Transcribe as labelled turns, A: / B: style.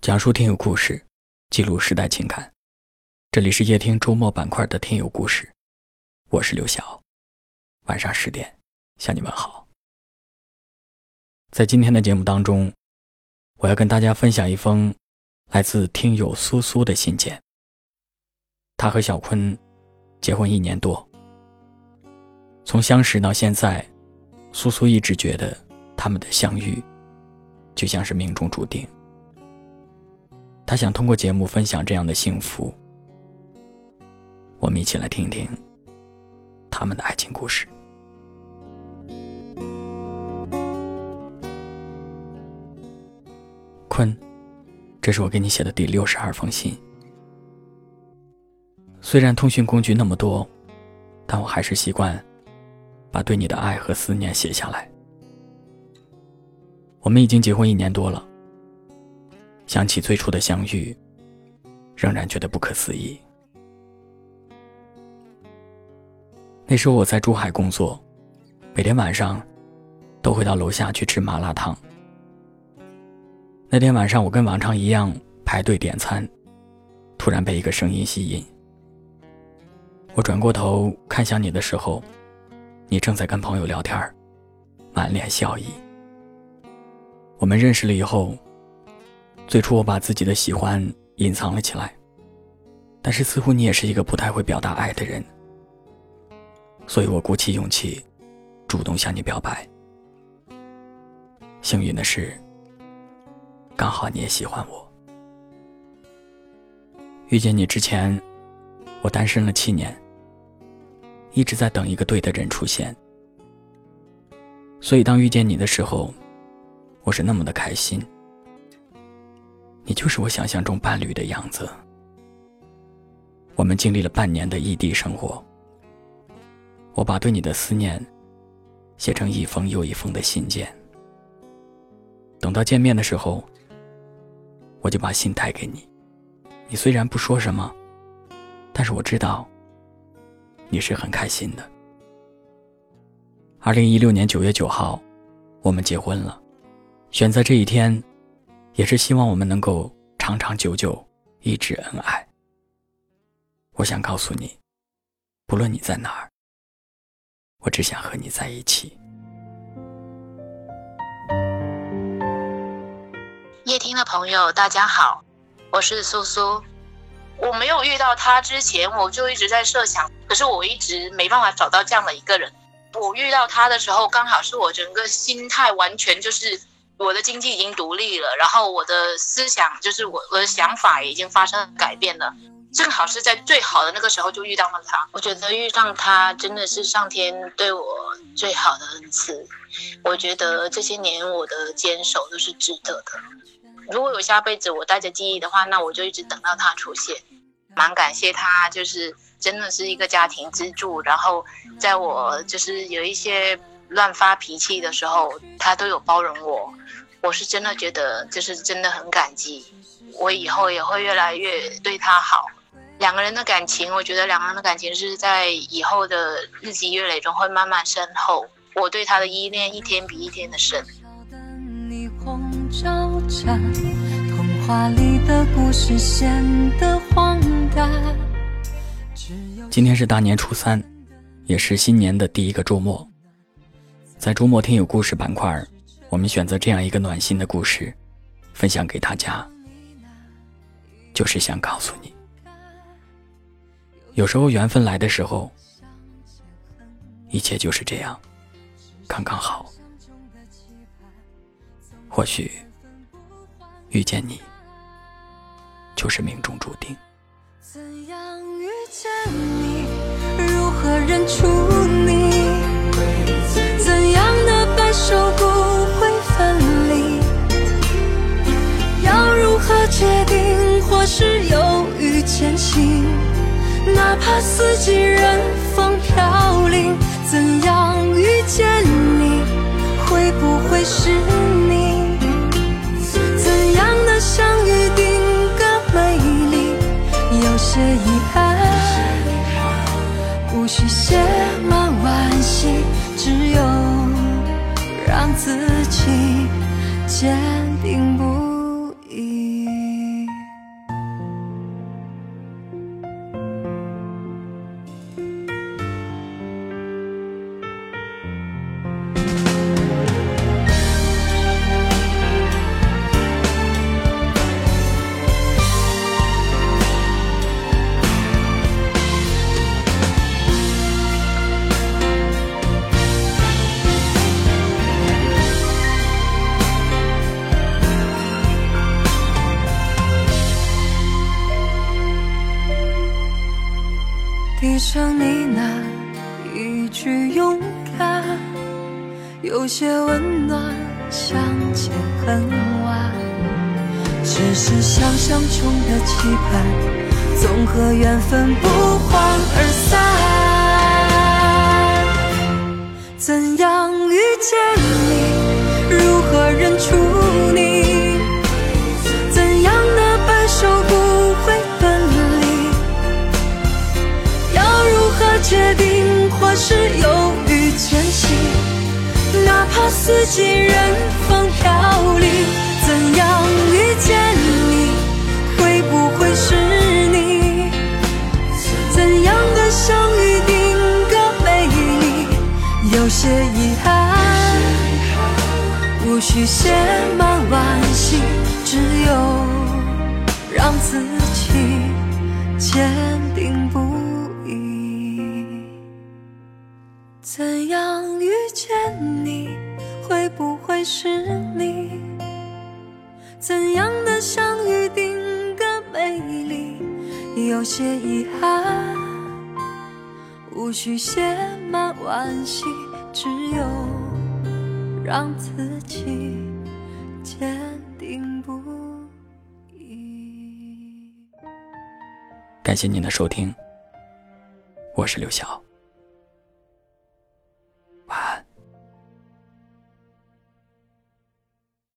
A: 讲述听友故事，记录时代情感。这里是夜听周末板块的听友故事，我是刘晓。晚上10点向你们好。在今天的节目当中，我要跟大家分享一封来自听友苏苏的信件。他和小坤结婚1年多，从相识到现在，苏苏一直觉得他们的相遇就像是命中注定。他想通过节目分享这样的幸福，我们一起来听听他们的爱情故事。坤，这是我给你写的第62封信。虽然通讯工具那么多，但我还是习惯把对你的爱和思念写下来。我们已经结婚1年多了，想起最初的相遇，仍然觉得不可思议。那时候我在珠海工作，每天晚上都会到楼下去吃麻辣烫。那天晚上我跟往常一样排队点餐，突然被一个声音吸引。我转过头看向你的时候，你正在跟朋友聊天，满脸笑意。我们认识了以后，最初我把自己的喜欢隐藏了起来，但是似乎你也是一个不太会表达爱的人，所以我鼓起勇气主动向你表白。幸运的是，刚好你也喜欢我。遇见你之前，我单身了7年，一直在等一个对的人出现，所以当遇见你的时候，我是那么的开心。你就是我想象中伴侣的样子。我们经历了半年的异地生活，我把对你的思念写成一封又一封的信件。等到见面的时候，我就把信带给你。你虽然不说什么，但是我知道你是很开心的。2016年9月9号，我们结婚了。选择这一天，也是希望我们能够长长久久，一直恩爱。我想告诉你，不论你在哪儿，我只想和你在一起。
B: 夜听的朋友大家好，我是苏苏。我没有遇到他之前，我就一直在设想，可是我一直没办法找到这样的一个人。我遇到他的时候，刚好是我整个心态完全就是我的经济已经独立了，然后我的思想就是我的想法已经发生改变了，正好是在最好的那个时候就遇到了他。我觉得遇上他真的是上天对我最好的恩赐，我觉得这些年我的坚守都是值得的。如果有下辈子我带着记忆的话，那我就一直等到他出现。蛮感谢他，就是真的是一个家庭支柱，然后在我就是有一些乱发脾气的时候，他都有包容我。我是真的觉得就是真的很感激，我以后也会越来越对他好。两个人的感情，我觉得两个人的感情是在以后的日积月累中会慢慢深厚。我对他的依恋一天比一天的深。
C: 童话里的故事显得荒诞。
A: 今天是大年初3，也是新年的第一个周末。在周末听友故事板块，我们选择这样一个暖心的故事分享给大家，就是想告诉你，有时候缘分来的时候，一切就是这样刚刚好。或许遇见你就是命中注定。
C: 怎样遇见你，如何认出你，怎样的白首不会分离，要如何决定，或是犹豫前行，哪怕四季任风飘零。怎样遇见你，会不会是你，怎样的相遇定格美丽，有些遗憾不需写满惋惜，只有让自己坚定不移。 低声呢喃一句勇敢，有些温暖相见恨晚，只是想象中的期盼，总和缘分不欢而散。怎样遇见你，如何认出你，怎样的白首不会分离，要如何决定或是犹豫前行，哪怕四季任风飘零。怎样遇见你，会不会是你，怎样的相遇定格美丽，有些遗憾无需写满惋惜，只有让自己坚定不移。怎样遇见你，会不会是你，怎样的相遇定格美丽，有些遗憾无需写满惋惜，只有让自己坚定不移。
A: 感谢您的收听，我是刘晓。